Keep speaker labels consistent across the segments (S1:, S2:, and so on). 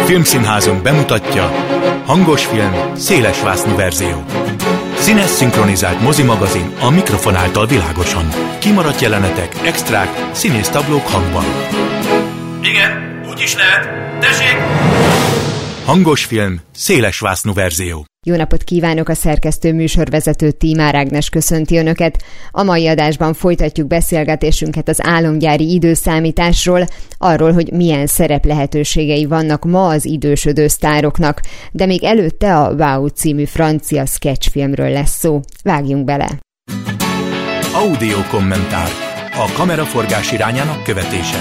S1: Filmszínházunk bemutatja hangos film, szélesvásznú verzió. Színes szinkronizált mozimagazin a mikrofon által világosan. Kimaradt jelenetek, extrák, színésztablók hangban.
S2: Igen, úgy is lehet. Tessék!
S1: Hangos film, szélesvásznú verzió.
S3: Jó napot kívánok, a szerkesztő műsorvezető Tímár Ágnes köszönti Önöket. A mai adásban folytatjuk beszélgetésünket az álomgyári időszámításról, arról, hogy milyen szereplehetőségei vannak ma az idősödő sztároknak, de még előtte a Wow című francia sketchfilmről lesz szó. Vágjunk bele!
S1: Audio kommentár. A kameraforgás irányának követése.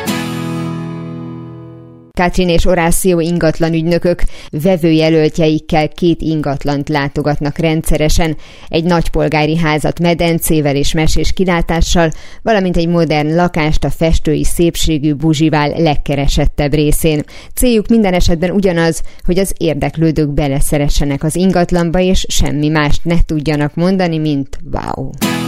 S3: Katrin és Horácio ingatlan ügynökök vevőjelöltjeikkel 2 ingatlant látogatnak rendszeresen, egy nagypolgári házat medencével és mesés kilátással, valamint egy modern lakást a festői szépségű Bougival legkeresettebb részén. Céljuk minden esetben ugyanaz, hogy az érdeklődők beleszeressenek az ingatlanba, és semmi mást ne tudjanak mondani, mint wow.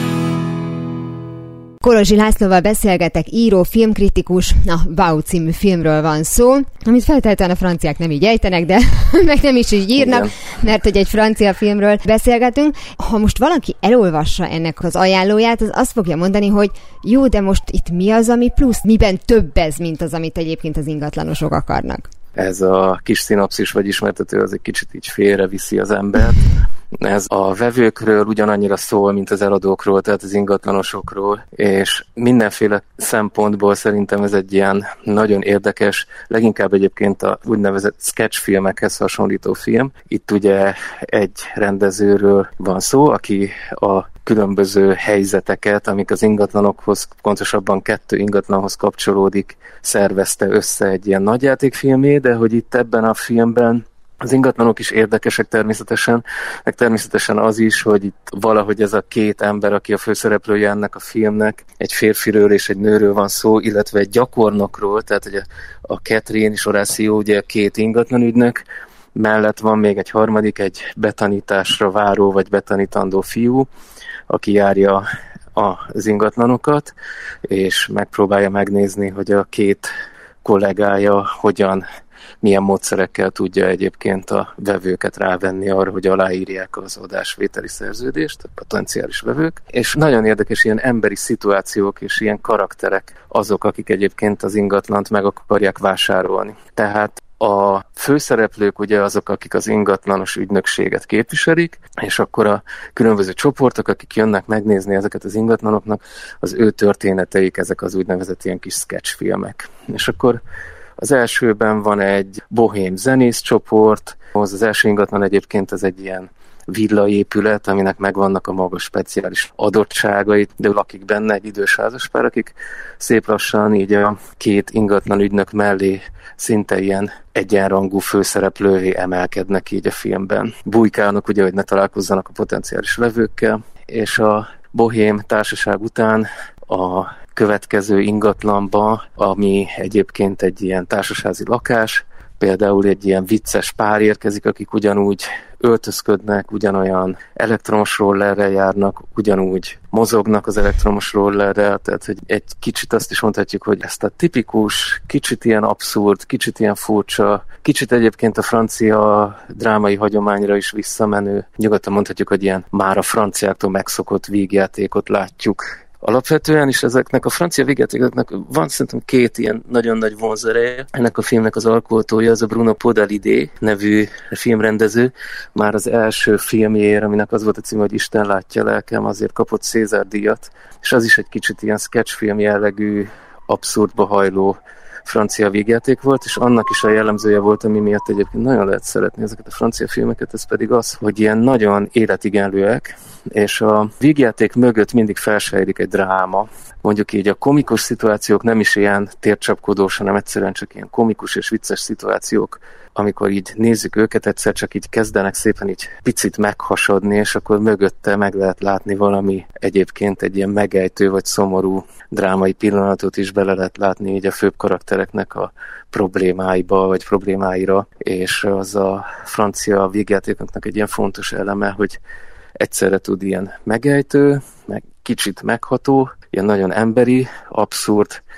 S3: Kolozsi Lászlóval beszélgetek, író, filmkritikus, a Wow című filmről van szó, amit feltétlenül a franciák nem így ejtenek, de meg nem is így írnak, igen. Mert hogy egy francia filmről beszélgetünk. Ha most valaki elolvassa ennek az ajánlóját, az azt fogja mondani, hogy jó, de most itt mi az, ami plusz? Miben több ez, mint az, amit egyébként az ingatlanosok akarnak?
S4: Ez a kis szinopszis vagy ismertető az egy kicsit így félreviszi az embert. Ez a vevőkről ugyanannyira szól, mint az eladókról, tehát az ingatlanosokról, és mindenféle szempontból szerintem ez egy ilyen nagyon érdekes, leginkább egyébként a úgynevezett sketchfilmekhez hasonlító film. Itt ugye egy rendezőről van szó, aki a különböző helyzeteket, amik az ingatlanokhoz, pontosabban 2 ingatlanhoz kapcsolódik, szervezte össze egy ilyen nagyjátékfilmé, de hogy itt ebben a filmben az ingatlanok is érdekesek természetesen, meg természetesen az is, hogy itt valahogy ez a 2 ember, aki a főszereplője ennek a filmnek, egy férfiről és egy nőről van szó, illetve egy gyakornokról, tehát hogy a Katrin és Horácio ugye 2 ingatlanügynök, mellett van még egy harmadik, egy betanításra váró vagy betanítandó fiú, aki járja az ingatlanokat, és megpróbálja megnézni, hogy a 2 kollégája milyen módszerekkel tudja egyébként a vevőket rávenni arra, hogy aláírják az adásvételi szerződést, a potenciális vevők. És nagyon érdekes ilyen emberi szituációk és ilyen karakterek azok, akik egyébként az ingatlant meg akarják vásárolni. Tehát a főszereplők ugye azok, akik az ingatlanos ügynökséget képviselik, és akkor a különböző csoportok, akik jönnek megnézni ezeket az ingatlanoknak, az ő történeteik, ezek az úgynevezett ilyen kis sketchfilmek. És akkor az elsőben van egy bohém zenészcsoport, az első ingatlan egyébként ez egy ilyen villaépület, aminek megvannak a maga speciális adottságai, de lakik benne egy idős házaspár, akik szép lassan így a 2 ingatlan ügynök mellé szinte ilyen egyenrangú főszereplővé emelkednek így a filmben. Bujkálnak ugye, hogy ne találkozzanak a potenciális vevőkkel, és a bohém társaság után a következő ingatlanba, ami egyébként egy ilyen társasházi lakás, például egy ilyen vicces pár érkezik, akik ugyanúgy öltözködnek, ugyanolyan elektromos rollerrel járnak, ugyanúgy mozognak az elektromos rollerrel, tehát hogy egy kicsit azt is mondhatjuk, hogy ezt a tipikus, kicsit ilyen abszurd, kicsit ilyen furcsa, kicsit egyébként a francia drámai hagyományra is visszamenő, nyugodtan mondhatjuk, hogy ilyen már a franciáktól megszokott vígjátékot látjuk. Alapvetően is ezeknek a francia vígjátékoknak van szerintem 2 ilyen nagyon nagy vonzereje. Ennek a filmnek az alkotója az a Bruno Podalidé nevű filmrendező. Már az első filmjéért, aminek az volt a címe, hogy Isten látja lelkem, azért kapott César-díjat. És az is egy kicsit ilyen sketchfilm jellegű, abszurdba hajló francia vígjáték volt, és annak is a jellemzője volt, ami miatt egyébként nagyon lehet szeretni ezeket a francia filmeket, ez pedig az, hogy ilyen nagyon életigenlőek, és a vígjáték mögött mindig felsejlik egy dráma. Mondjuk így a komikus szituációk nem is ilyen tércsapkodós, hanem egyszerűen csak ilyen komikus és vicces szituációk, amikor így nézzük őket, egyszer csak így kezdenek szépen így picit meghasadni, és akkor mögötte meg lehet látni valami egyébként egy ilyen megejtő vagy szomorú drámai pillanatot is bele lehet látni így a főbb karaktereknek a problémáiba vagy problémáira, és az a francia vígjátékoknak egy ilyen fontos eleme, hogy egyszerre tud ilyen megejtő, meg kicsit megható, ilyen nagyon emberi, abszurd,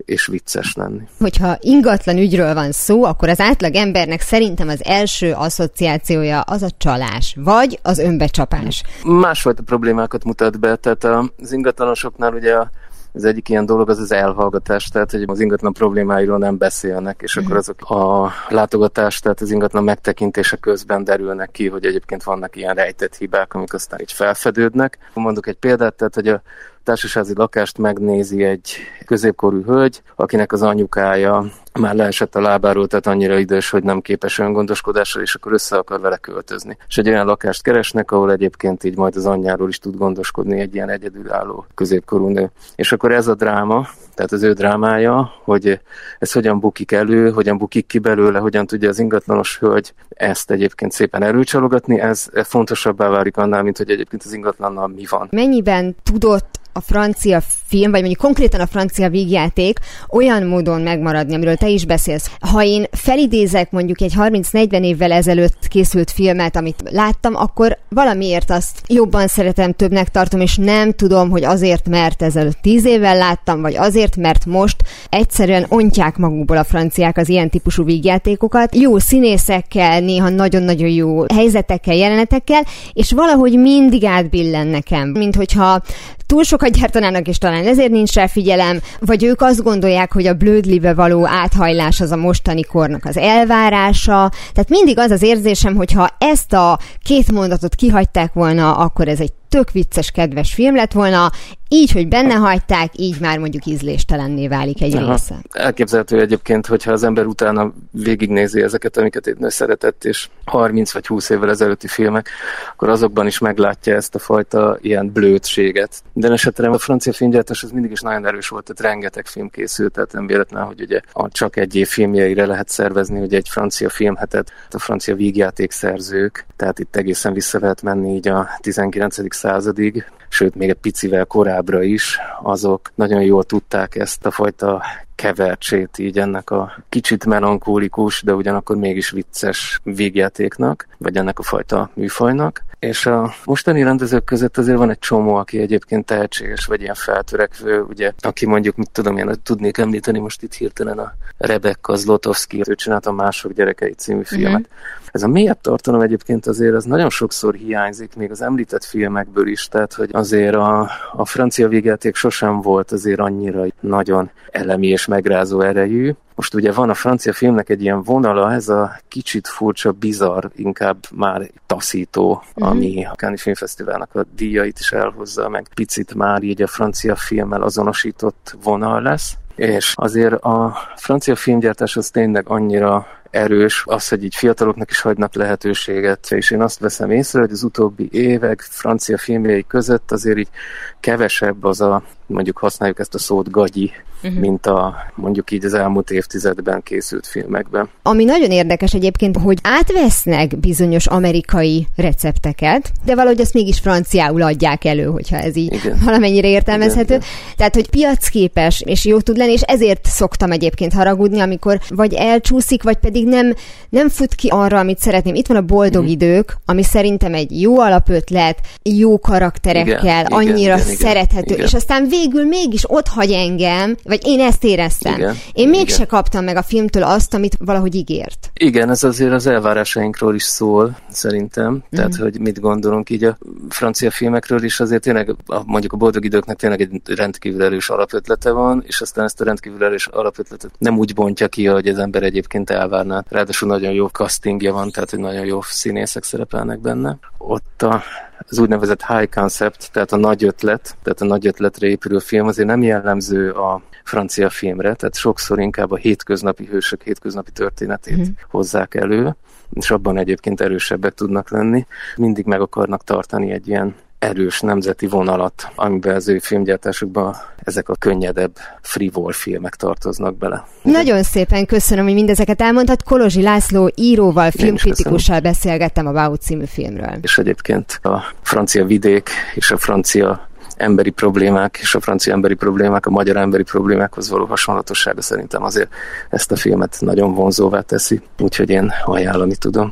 S4: és vicces lenni.
S3: Hogyha ingatlan ügyről van szó, akkor az átlag embernek szerintem az első asszociációja az a csalás, vagy az önbecsapás.
S4: Másfajta problémákat mutat be, tehát az ingatlanosoknál ugye az egyik ilyen dolog az elhallgatás, tehát hogy az ingatlan problémáiról nem beszélnek, és akkor azok a látogatás, tehát az ingatlan megtekintése közben derülnek ki, hogy egyébként vannak ilyen rejtett hibák, amik aztán így felfedődnek. Mondok egy példát, tehát hogy a társasházi lakást megnézi egy középkorú hölgy, akinek az anyukája már leesett a lábáról, tehát annyira idős, hogy nem képes öngondoskodásra, és akkor össze akar vele költözni. És egy olyan lakást keresnek, ahol egyébként így majd az anyjáról is tud gondoskodni egy ilyen egyedülálló középkorú nő. És akkor ez a dráma, tehát az ő drámája, hogy ez hogyan bukik elő, hogyan bukik ki belőle, hogyan tudja az ingatlanos hölgy ezt egyébként szépen előcsalogatni, ez fontosabbá válik annál, mint hogy egyébként az ingatlannal mi van.
S3: Mennyiben tudott a francia film, vagy mondjuk konkrétan a francia vígjáték olyan módon megmaradni, amiről te is beszélsz. Ha én felidézek mondjuk egy 30-40 évvel ezelőtt készült filmet, amit láttam, akkor valamiért azt jobban szeretem, többnek tartom, és nem tudom, hogy azért, mert ezelőtt 10 évvel láttam, vagy azért, mert most egyszerűen ontják magukból a franciák az ilyen típusú vígjátékokat, jó színészekkel, néha nagyon-nagyon jó helyzetekkel, jelenetekkel, és valahogy mindig átbillen nekem, mint hogyha túl sokat gyártanának, és talán ezért nincs rá figyelem, vagy ők azt gondolják, hogy a blödlibe való áthajlás az a mostani kornak az elvárása. Tehát mindig az az érzésem, hogyha ezt a 2 mondatot kihagyták volna, akkor ez egy tök vicces, kedves film lett volna, így, hogy benne hagyták, így már mondjuk ízléstelenné válik egy része.
S4: Elképzelhető egyébként, hogyha az ember utána végignézi ezeket, amiket én szeretett, és 30 vagy 20 évvel ezelőtti filmek, akkor azokban is meglátja ezt a fajta ilyen blödséget. De esetre a francia filmgyártás az mindig is nagyon erős volt, tehát rengeteg film készült, tehát nem véletlen, hogy ugye csak egy év filmjeire lehet szervezni, ugye egy francia filmhetet, a francia vígjáték szerzők, tehát itt egészen vissza lehet menni így a 19. századig, sőt még egy picivel korábbra is, azok nagyon jól tudták ezt a fajta kevertsét így ennek a kicsit melankólikus, de ugyanakkor mégis vicces vígjátéknak, vagy ennek a fajta műfajnak. És a mostani rendezők között azért van egy csomó, aki egyébként tehetséges, vagy ilyen feltörekvő, ugye, aki mondjuk, mit tudom én, tudnék említeni most itt hirtelen a Rebecca Zlotowski, ő csinálta a Mások gyerekei című filmet. Ez a mélyebb tartalom egyébként azért az nagyon sokszor hiányzik, még az említett filmekből is, tehát hogy azért a francia vígjáték sosem volt azért annyira nagyon elemi és megrázó erejű. Most ugye van a francia filmnek egy ilyen vonala, ez a kicsit furcsa, bizarr, inkább már taszító, ami a Cannes Filmfesztiválnak a díjait is elhozza, meg picit már így a francia filmmel azonosított vonal lesz. És azért a francia filmgyártás az tényleg annyira erős, az, hogy így fiataloknak is hagynak lehetőséget, és én azt veszem észre, hogy az utóbbi évek francia filmjei között azért így kevesebb az a, mondjuk használjuk ezt a szót, gagyi, mint a mondjuk így az elmúlt évtizedben készült filmekben.
S3: Ami nagyon érdekes egyébként, hogy átvesznek bizonyos amerikai recepteket, de valahogy ezt mégis franciául adják elő, hogyha ez így valamennyire értelmezhető. Igen. Tehát, hogy piacképes és jó tud lenni, és ezért szoktam egyébként haragudni, amikor vagy elcsúszik, vagy pedig nem fut ki arra, amit szeretném. Itt van a Boldog idők, ami szerintem egy jó alapötlet, jó karakterekkel, annyira szerethető, és aztán végül mégis ott hagy engem, vagy én ezt éreztem. Én mégse kaptam meg a filmtől azt, amit valahogy ígért.
S4: Igen, ez azért az elvárásainkról is szól, szerintem. Tehát, hogy mit gondolunk így a francia filmekről is, azért tényleg mondjuk a Boldog időknek tényleg egy rendkívül erős alapötlete van, és aztán ezt a rendkívül erős alapötletet nem úgy bontja ki, hogy az ember egyébként elvárná. Ráadásul nagyon jó castingja van, tehát hogy nagyon jó színészek szerepelnek benne. Ott az úgynevezett high concept, tehát a nagy ötlet, tehát a nagy ötletre épülő film azért nem jellemző a francia filmre, tehát sokszor inkább a hétköznapi hősök hétköznapi történetét hozzák elő, és abban egyébként erősebbek tudnak lenni. Mindig meg akarnak tartani egy ilyen erős nemzeti vonalat, amiben az ő filmgyártásukban ezek a könnyedebb, frivol filmek tartoznak bele.
S3: Nagyon szépen köszönöm, hogy mindezeket elmondtad. Kolozsi László íróval, filmkritikussal beszélgettem a Wow című filmről.
S4: És egyébként a francia vidék és a francia emberi problémák és a francia emberi problémák a magyar emberi problémákhoz való hasonlatossága szerintem azért ezt a filmet nagyon vonzóvá teszi, úgyhogy én ajánlani tudom.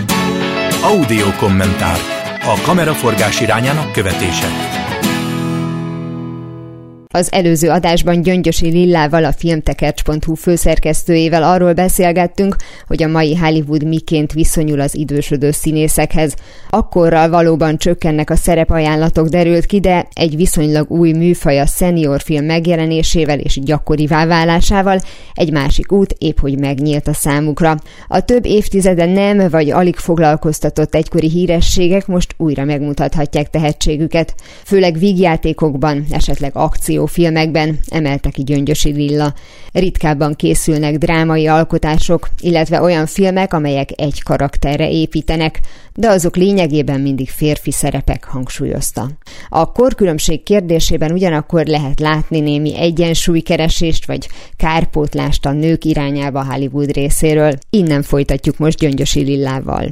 S1: Audio kommentár. A kameraforgás irányának követése.
S3: Az előző adásban Gyöngyösi Lillával, a filmtekercs.hu főszerkesztőjével arról beszélgettünk, hogy a mai Hollywood miként viszonyul az idősödő színészekhez. Akkorral valóban csökkennek a szerepajánlatok, derült ki, de egy viszonylag új műfaj, a senior film megjelenésével és gyakorivá válásával egy másik út épp hogy megnyílt a számukra. A több évtizeden nem vagy alig foglalkoztatott egykori hírességek most újra megmutathatják tehetségüket. Főleg vígjátékokban, esetleg akciófilmekben, emelte ki Gyöngyösi Lilla. Ritkábban készülnek drámai alkotások, illetve olyan filmek, amelyek egy karakterre építenek, de azok lényegében mindig férfi szerepek, hangsúlyozta. A korkülönbség kérdésében ugyanakkor lehet látni némi egyensúlykeresést vagy kárpótlást a nők irányába Hollywood részéről. Innen folytatjuk most Gyöngyösi Lillával.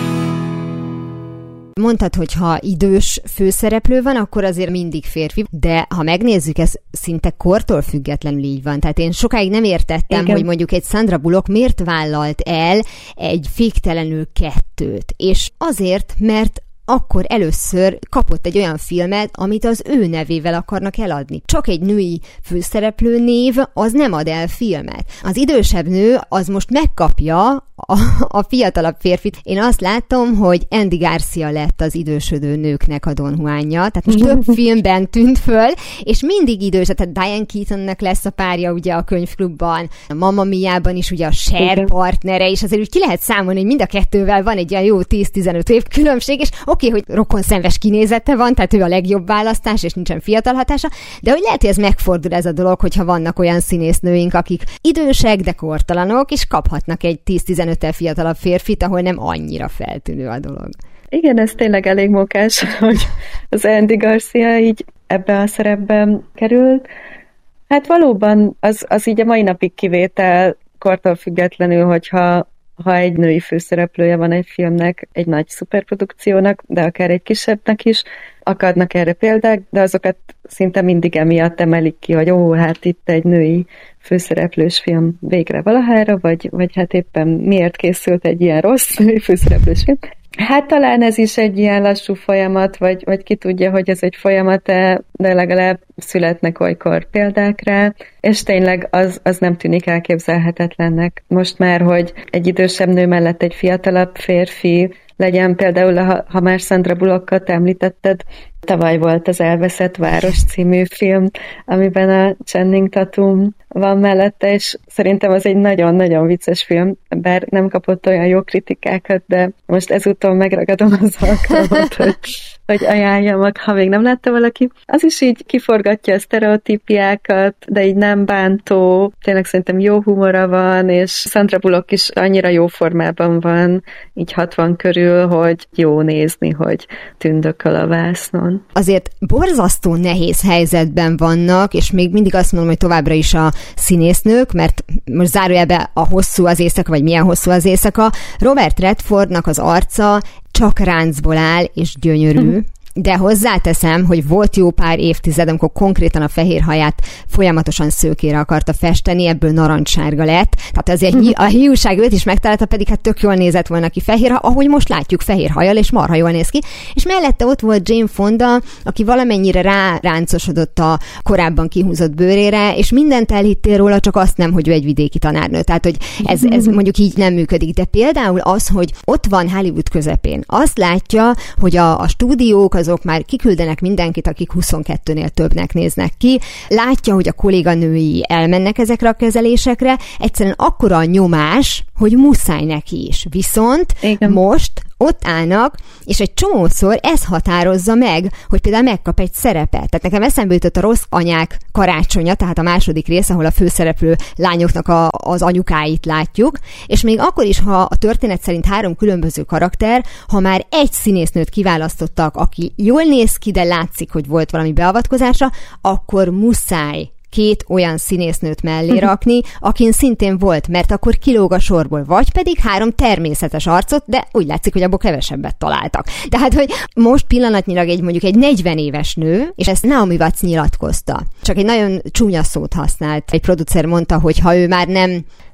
S3: Mondtad, hogy ha idős főszereplő van, akkor azért mindig férfi, de ha megnézzük, ez szinte kortól függetlenül így van. Tehát én sokáig nem értettem, igen, hogy mondjuk egy Sandra Bullock miért vállalt el egy Féktelenül 2-t. És azért, mert akkor először kapott egy olyan filmet, amit az ő nevével akarnak eladni. Csak egy női főszereplő név, az nem ad el filmet. Az idősebb nő az most megkapja a fiatalabb férfit. Én azt látom, hogy Andy Garcia lett az idősödő nőknek a Don Juanja, tehát most több filmben tűnt föl, és mindig idős, tehát Diane Keatonnak lesz a párja ugye a Könyvklubban, a Mamma Mia-ban is ugye a Cher partnere, és azért úgy ki lehet számolni, hogy mind a kettővel van egy olyan jó 10-15 év különbség, és oké, hogy rokonszenves kinézete van, tehát ő a legjobb választás, és nincsen fiatal hatása, de hogy lehet, hogy ez megfordul ez a dolog, hogyha vannak olyan színésznőink, akik idősek, de kortalanok, és kaphatnak egy 10-15-tel fiatalabb férfit, ahol nem annyira feltűnő a dolog.
S5: Igen, ez tényleg elég mókás, hogy az Andy Garcia így ebbe a szerepben került. Hát valóban az így a mai napig kivétel, kortól függetlenül, hogyha egy női főszereplője van egy filmnek, egy nagy szuperprodukciónak, de akár egy kisebbnek is, akadnak erre példák, de azokat szinte mindig emiatt emelik ki, hogy hát itt egy női főszereplős film végre valahára, vagy hát éppen miért készült egy ilyen rossz női főszereplős film. Hát talán ez is egy ilyen lassú folyamat, vagy ki tudja, hogy ez egy folyamat, de legalább születnek olykor példák rá, és tényleg az nem tűnik elképzelhetetlennek. Most már, hogy egy idősebb nő mellett egy fiatalabb férfi legyen, például, ha már Sandra Bullockot említetted, tavaly volt az Elveszett Város című film, amiben a Channing Tatum van mellette, és szerintem az egy nagyon-nagyon vicces film, bár nem kapott olyan jó kritikákat, de most ezúton megragadom az alkalmat, hogy ajánljam, ha még nem látta valaki. Az is így kiforgatja a sztereotípiákat, de így nem bántó, tényleg szerintem jó humora van, és Sandra Bullock is annyira jó formában van, így 60 körül, hogy jó nézni, hogy tündököl a vásznon.
S3: Azért borzasztó nehéz helyzetben vannak, és még mindig azt mondom, hogy továbbra is a színésznők, mert most zárójelben a hosszú az éjszaka, vagy milyen hosszú az éjszaka, Robert Redfordnak az arca csak ráncból áll, és gyönyörű. De hozzáteszem, hogy volt jó pár évtized, amikor konkrétan a fehér haját folyamatosan szőkére akarta festeni, ebből narancssárga lett. Tehát azért a hiúság őt is megtalálta, pedig hát tök jól nézett volna ki fehér, ahogy most látjuk fehér hajjal, és marha jól néz ki. És mellette ott volt Jane Fonda, aki valamennyire ráráncosodott a korábban kihúzott bőrére, és mindent elhittél róla, csak azt nem, hogy ő egy vidéki tanárnő. Tehát, hogy ez mondjuk így nem működik. De például az, hogy ott van Hollywood közepén, azt látja, hogy a stúdiók azok már kiküldenek mindenkit, akik 22-nél többnek néznek ki. Látja, hogy a kolléganői elmennek ezekre a kezelésekre. Egyszerűen akkora a nyomás, hogy muszáj neki is. Viszont igen, most ott állnak, és egy csomószor ez határozza meg, hogy például megkap egy szerepet. Tehát nekem eszembe jutott a Rossz anyák karácsonya, tehát a második rész, ahol a főszereplő lányoknak az anyukáit látjuk, és még akkor is, ha a történet szerint 3 különböző karakter, ha már egy színésznőt kiválasztottak, aki jól néz ki, de látszik, hogy volt valami beavatkozása, akkor muszáj 2 olyan színésznőt mellé rakni, akin szintén volt, mert akkor kilóg a sorból, vagy pedig 3 természetes arcot, de úgy látszik, hogy abból kevesebbet találtak. Tehát, hogy most pillanatnyilag mondjuk egy 40 éves nő, és ezt Naomi Watts nyilatkozta. Csak egy nagyon csúnya szót használt. Egy producer mondta, hogy ha ő már nem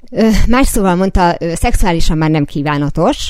S3: Más szóval mondta, szexuálisan már nem kívánatos,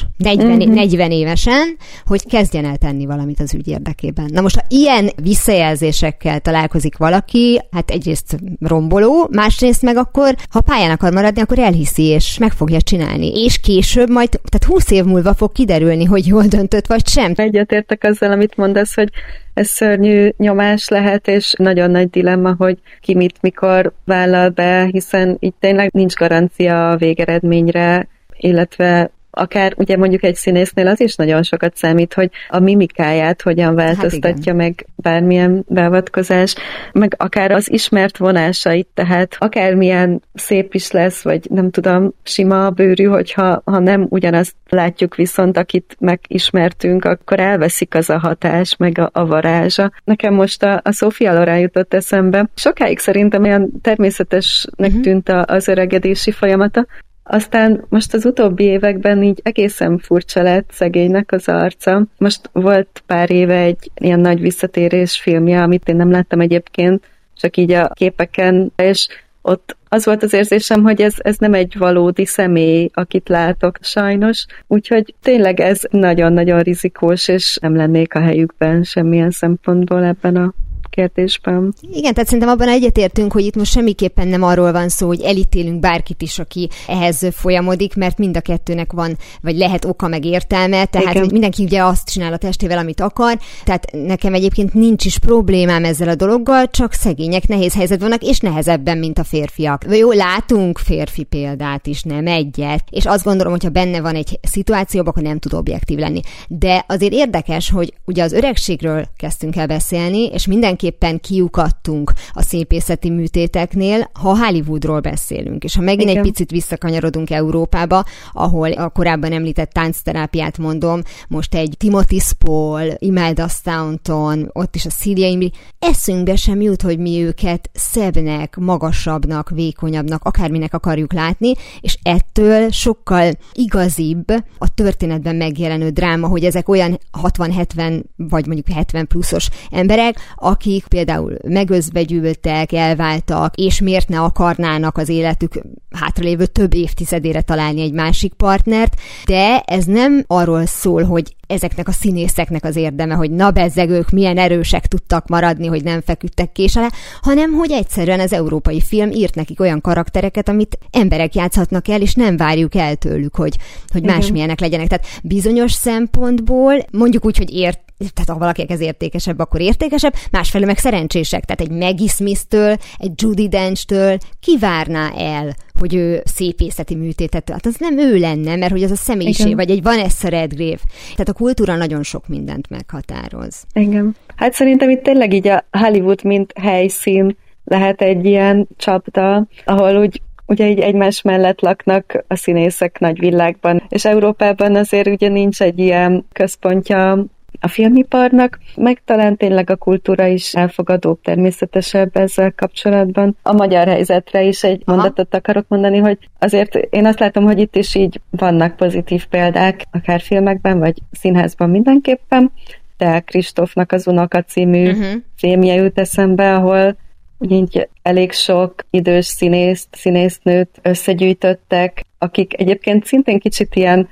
S3: 40 évesen, hogy kezdjen el tenni valamit az ügy érdekében. Na most, ha ilyen visszajelzésekkel találkozik valaki, hát egyrészt romboló, másrészt meg akkor, ha pályán akar maradni, akkor elhiszi, és meg fogja csinálni. És később majd, tehát 20 év múlva fog kiderülni, hogy jól döntött, vagy sem.
S5: Egyetértek azzal, amit mondasz, hogy ez szörnyű nyomás lehet, és nagyon nagy dilemma, hogy ki mit, mikor vállal be, hiszen így tényleg nincs garancia a végeredményre, illetve akár ugye mondjuk egy színésznél az is nagyon sokat számít, hogy a mimikáját hogyan változtatja meg bármilyen beavatkozás, meg akár az ismert vonásait, tehát akármilyen szép is lesz, vagy nem tudom, sima bőrű, hogyha nem ugyanazt látjuk, viszont akit megismertünk, akkor elveszik az a hatás, meg a varázsa. Nekem most a Sophia Loren jutott eszembe. Sokáig szerintem olyan természetesnek tűnt az öregedési folyamata, aztán most az utóbbi években így egészen furcsa lett szegénynek az arca. Most volt pár éve egy ilyen nagy visszatérés filmje, amit én nem láttam egyébként, csak így a képeken, és ott az volt az érzésem, hogy ez nem egy valódi személy, akit látok sajnos. Úgyhogy tényleg ez nagyon-nagyon rizikós, és nem lennék a helyükben semmilyen szempontból ebben a kérdésben.
S3: Igen, tehát szerintem abban egyetértünk, hogy itt most semmiképpen nem arról van szó, hogy elítélünk bárkit is, aki ehhez folyamodik, mert mind a kettőnek van, vagy lehet oka meg értelme, tehát hogy mindenki ugye azt csinál a testével, amit akar, tehát nekem egyébként nincs is problémám ezzel a dologgal, csak szegények nehéz helyzetben vannak, és nehezebben, mint a férfiak. Jó, látunk férfi példát is, nem egyet, és azt gondolom, hogyha benne van egy szituációban, akkor nem tud objektív lenni. De azért érdekes, hogy ugye az öregségről kezdtünk el beszélni, és mindenképpen kiukadtunk a szépészeti műtéteknél, ha Hollywoodról beszélünk. És ha megint egy picit visszakanyarodunk Európába, ahol a korábban említett táncterápiát mondom, most egy Timothy Spall, Imelda Staunton, ott is a Celia Imrie, eszünkbe sem jut, hogy mi őket szebbnek, magasabbnak, vékonyabbnak, akárminek akarjuk látni, és ettől sokkal igazibb a történetben megjelenő dráma, hogy ezek olyan 60-70 vagy mondjuk 70 pluszos emberek, akik például megözvegyültek, elváltak, és miért ne akarnának az életük hátralévő több évtizedére találni egy másik partnert, de ez nem arról szól, hogy ezeknek a színészeknek az érdeme, hogy na bezzeg, ők milyen erősek tudtak maradni, hogy nem feküdtek kés alá, hanem hogy egyszerűen az európai film írt nekik olyan karaktereket, amit emberek játszhatnak el, és nem várjuk el tőlük, hogy másmilyenek legyenek. Tehát bizonyos szempontból, mondjuk úgy, hogy tehát ha valakinek ez értékesebb, akkor értékesebb, másfelől meg szerencsések. Tehát egy Maggie Smith-től, egy Judi Dench-től kivárná el, hogy ő szépészeti műtétet, hát az nem ő lenne, mert hogy az a személyiség, vagy egy Vanessa Redgrave. Tehát a kultúra nagyon sok mindent meghatároz.
S5: Igen. Hát szerintem itt tényleg így a Hollywood mint helyszín lehet egy ilyen csapda, ahol úgy ugye így egymás mellett laknak a színészek nagy világban, és Európában azért ugye nincs egy ilyen központja a filmiparnak, meg talán tényleg a kultúra is elfogadóbb, természetesebb ezzel kapcsolatban. A magyar helyzetre is egy mondatot akarok mondani, hogy azért én azt látom, hogy itt is így vannak pozitív példák, akár filmekben, vagy színházban mindenképpen, de Kristófnak az Unoka című filmje jut eszembe, ahol így elég sok idős színésznőt összegyűjtöttek, akik egyébként szintén kicsit ilyen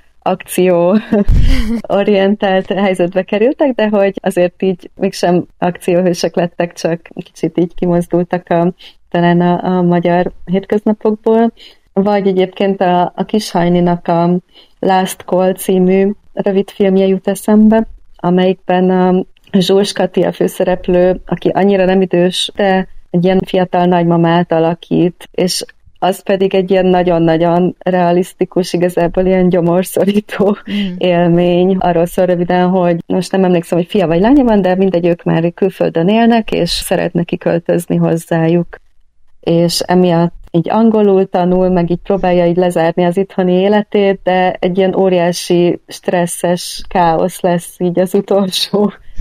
S5: akcióorientált helyzetbe kerültek, de hogy azért így mégsem akcióhősök lettek, csak kicsit így kimozdultak talán a magyar hétköznapokból. Vagy egyébként a Kishajninak a Last Call című rövid filmje jut eszembe, amelyikben a Zsúls Kati a főszereplő, aki annyira nem idős, de egy ilyen fiatal nagymamát alakít, és az pedig egy ilyen nagyon-nagyon realisztikus, igazából ilyen gyomorszorító élmény. Arról szól röviden, hogy most nem emlékszem, hogy fia vagy lánya van, de mindegy, ők már külföldön élnek, és szeretnek kiköltözni hozzájuk. És emiatt így angolul tanul, meg így próbálja így lezárni az itthoni életét, de egy ilyen óriási, stresszes káosz lesz így az utolsó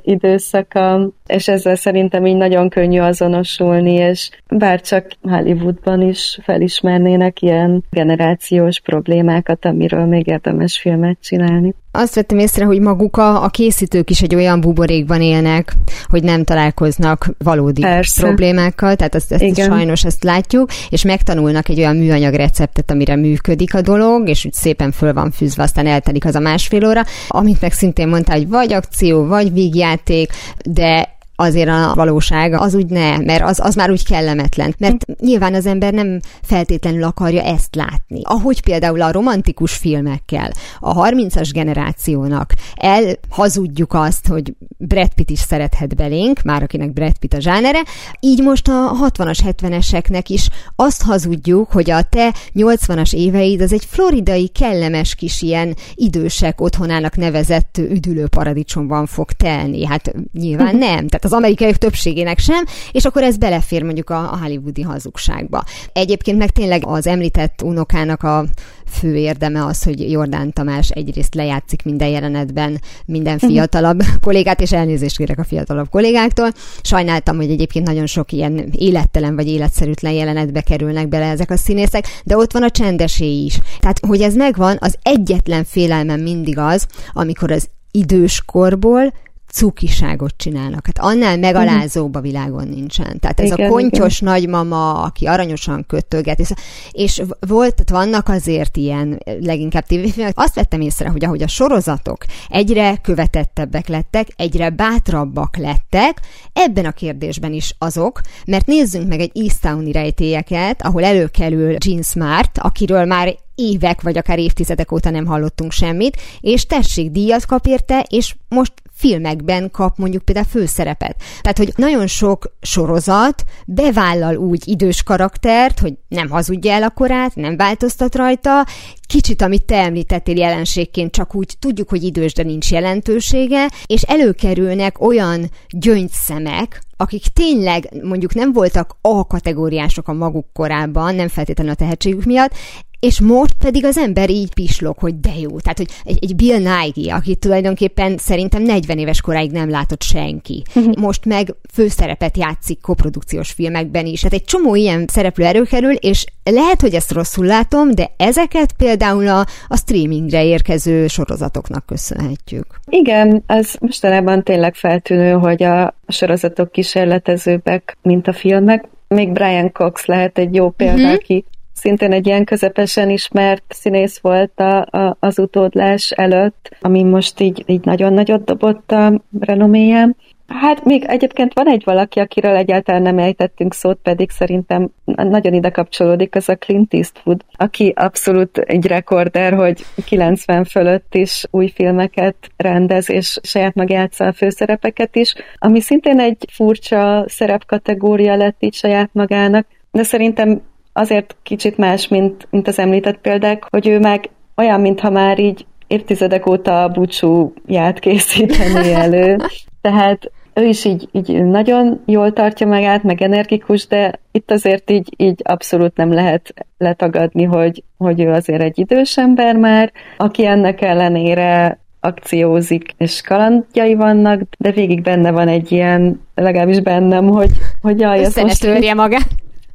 S5: időszaka, és ezzel szerintem így nagyon könnyű azonosulni, és bárcsak Hollywoodban is felismernének ilyen generációs problémákat, amiről még érdemes filmet csinálni.
S3: Azt vettem észre, hogy maguk a készítők is egy olyan buborékban élnek, hogy nem találkoznak valódi problémákkal, tehát ezt sajnos ezt látjuk, és megtanulnak egy olyan műanyag receptet, amire működik a dolog, és úgy szépen föl van fűzve, aztán eltelik az a másfél óra, amit meg szintén mondtál, hogy vagy akció, vagy vígjáték, de azért a valóság az úgy ne, mert az már úgy kellemetlen. Mert nyilván az ember nem feltétlenül akarja ezt látni. Ahogy például a romantikus filmekkel a 30-as generációnak elhazudjuk azt, hogy Brad Pitt is szerethet belénk, már akinek Brad Pitt a zsánere, így most a 60-as, 70-eseknek is azt hazudjuk, hogy a te 80-as éveid az egy floridai, kellemes kis ilyen idősek otthonának nevezett üdülő paradicsomban fog telni. Hát nyilván nem. Tehát az amerikaiak többségének sem, és akkor ez belefér mondjuk a hollywoodi hazugságba. Egyébként meg tényleg az említett unokának a fő érdeme az, hogy Jordán Tamás egyrészt lejátszik minden jelenetben minden fiatalabb kollégát, és elnézést kérek a fiatalabb kollégáktól. Sajnáltam, hogy egyébként nagyon sok ilyen élettelen vagy életszerűtlen jelenetbe kerülnek bele ezek a színészek, de ott van a csendesé is. Tehát, hogy ez megvan, az egyetlen félelmem mindig az, amikor az időskorból cukiságot csinálnak. Hát annál megalázóbb a világon nincsen. Tehát ez a kontyos nagymama, aki aranyosan kötöget, és vannak azért ilyen leginkább tévéfilmek. Azt vettem észre, hogy ahogy a sorozatok egyre követettebbek lettek, egyre bátrabbak lettek, ebben a kérdésben is azok, mert nézzünk meg egy Easttown-i rejtélyeket, ahol előkerül Jean Smart, akiről már évek vagy akár évtizedek óta nem hallottunk semmit, és tessék, díjat kap érte, és most filmekben kap mondjuk például főszerepet. Tehát, hogy nagyon sok sorozat bevállal úgy idős karaktert, hogy nem hazudja el a korát, nem változtat rajta, kicsit, amit te említettél jelenségként, csak úgy tudjuk, hogy idős, de nincs jelentősége, és előkerülnek olyan gyöngyszemek, akik tényleg mondjuk nem voltak A-kategóriások a maguk korában, nem feltétlenül a tehetségük miatt, és most pedig az ember így pislog, hogy de jó. Tehát, hogy egy Bill Nighy, aki tulajdonképpen szerintem 40 éves koráig nem látott senki. Most meg főszerepet játszik koprodukciós filmekben is. Hát egy csomó ilyen szereplő előkerül, és lehet, hogy ezt rosszul látom, de ezeket például a streamingre érkező sorozatoknak köszönhetjük.
S5: Igen, az mostanában tényleg feltűnő, hogy a sorozatok kísérletezőbbek, mint a filmek. Még Brian Cox lehet egy jó példa, aki szintén egy ilyen közepesen ismert színész volt az utódlás előtt, ami most így nagyon nagyot dobott a renoméján. Hát még egyébként van egy valaki, akiről egyáltalán nem ejtettünk szót, pedig szerintem nagyon ide kapcsolódik, az a Clint Eastwood, aki abszolút egy rekorder, hogy 90 fölött is új filmeket rendez, és saját maga játsza a főszerepeket is, ami szintén egy furcsa szerepkategória lett így saját magának, de szerintem azért kicsit más, mint az említett példák, hogy ő meg olyan, mintha már így évtizedek óta a búcsúját készíteni elő. Tehát ő is így nagyon jól tartja magát, meg energikus, de itt azért így abszolút nem lehet letagadni, hogy ő azért egy idős ember már, aki ennek ellenére akciózik, és kalandjai vannak, de végig benne van egy ilyen, legalábbis bennem, hogy jaj, ez most...
S3: Összetörje magát.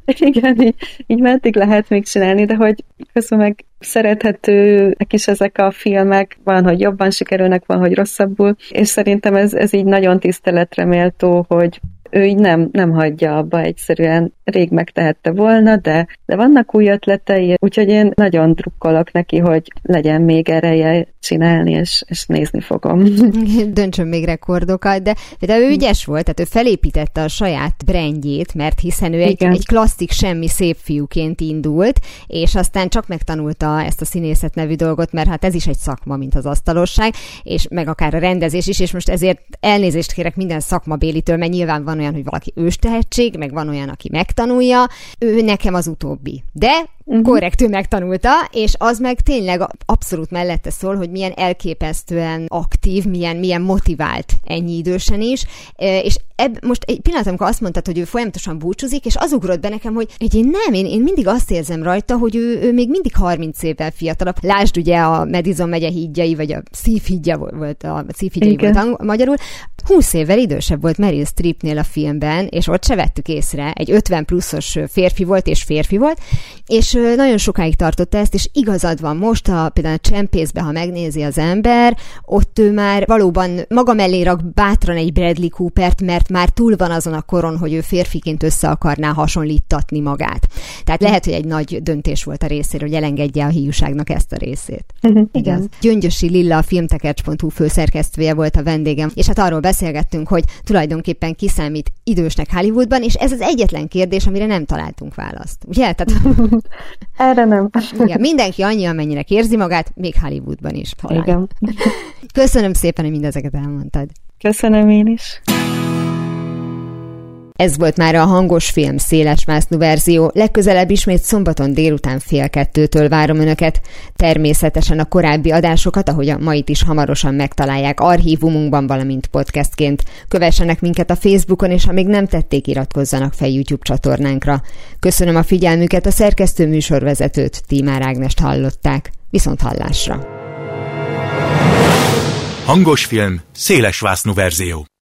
S5: Igen, így meddig lehet még csinálni, de hogy közben meg szerethetőek is ezek a filmek, van, hogy jobban sikerülnek, van, hogy rosszabbul, és szerintem ez így nagyon tiszteletre méltó, hogy ő így nem hagyja abba, egyszerűen rég megtehette volna, de vannak új ötletei, úgyhogy én nagyon drukkolok neki, hogy legyen még ereje csinálni, és nézni fogom.
S3: Döntsön még rekordokat, de ő ügyes volt, tehát ő felépítette a saját brandjét, mert hiszen ő egy klasszik semmi szép fiúként indult, és aztán csak megtanulta ezt a színészet nevű dolgot, mert hát ez is egy szakma, mint az asztalosság, és meg akár a rendezés is, és most ezért elnézést kérek minden szakmabélitől, mert nyilván van olyan, hogy valaki őstehetség, meg van olyan, aki megtanulja, ő nekem az utóbbi. De korrektül megtanulta, és az meg tényleg abszolút mellette szól, hogy milyen elképesztően aktív, milyen motivált ennyi idősen is, és most egy pillanat, amikor azt mondtad, hogy ő folyamatosan búcsúzik, és az ugrott be nekem, hogy én mindig azt érzem rajta, hogy ő még mindig 30 évvel fiatalabb. Lásd ugye a Madison megye hídjai, vagy a Szívhídja volt, a Szívhídjai volt magyarul. 20 évvel idősebb volt Meryl Streepnél a filmben, és ott se vettük észre, egy 50 pluszos férfi volt, és nagyon sokáig tartotta ezt, és igazad van most, például a Csempészbe, ha megnézi az ember, ott ő már valóban maga mellé rak bátran egy Bradley Coopert, mert már túl van azon a koron, hogy ő férfiként össze akarná hasonlítatni magát. Tehát lehet, hogy egy nagy döntés volt a részéről, hogy elengedje a hiúságnak ezt a részét.
S5: Igen.
S3: Gyöngyösi Lilla, a filmtekercs.hu főszerkesztője volt a vendégem, és hát arról beszélgettünk, hogy tulajdonképpen kiszámít idősnek Hollywoodban, és ez az egyetlen kérdés, amire nem találtunk választ. Ugye? Tehát...
S5: Erre nem.
S3: Igen, mindenki annyi, amennyinek érzi magát, még Hollywoodban is. Talán.
S5: Igen.
S3: Köszönöm szépen, hogy mindezeket elmondtad.
S5: Köszönöm én is.
S3: Ez volt már a Hangos Film szélesvásznú verzió. Legközelebb ismét szombaton délután 1:30-től várom Önöket. Természetesen a korábbi adásokat, ahogy a mait is hamarosan megtalálják archívumunkban, valamint podcastként. Kövessenek minket a Facebookon, és ha még nem tették, iratkozzanak fel YouTube csatornánkra. Köszönöm a figyelmüket, a szerkesztő műsorvezetőt, Tímár Ágnest hallották. Viszont hallásra!
S1: Hangos Film szélesvásznú verzió.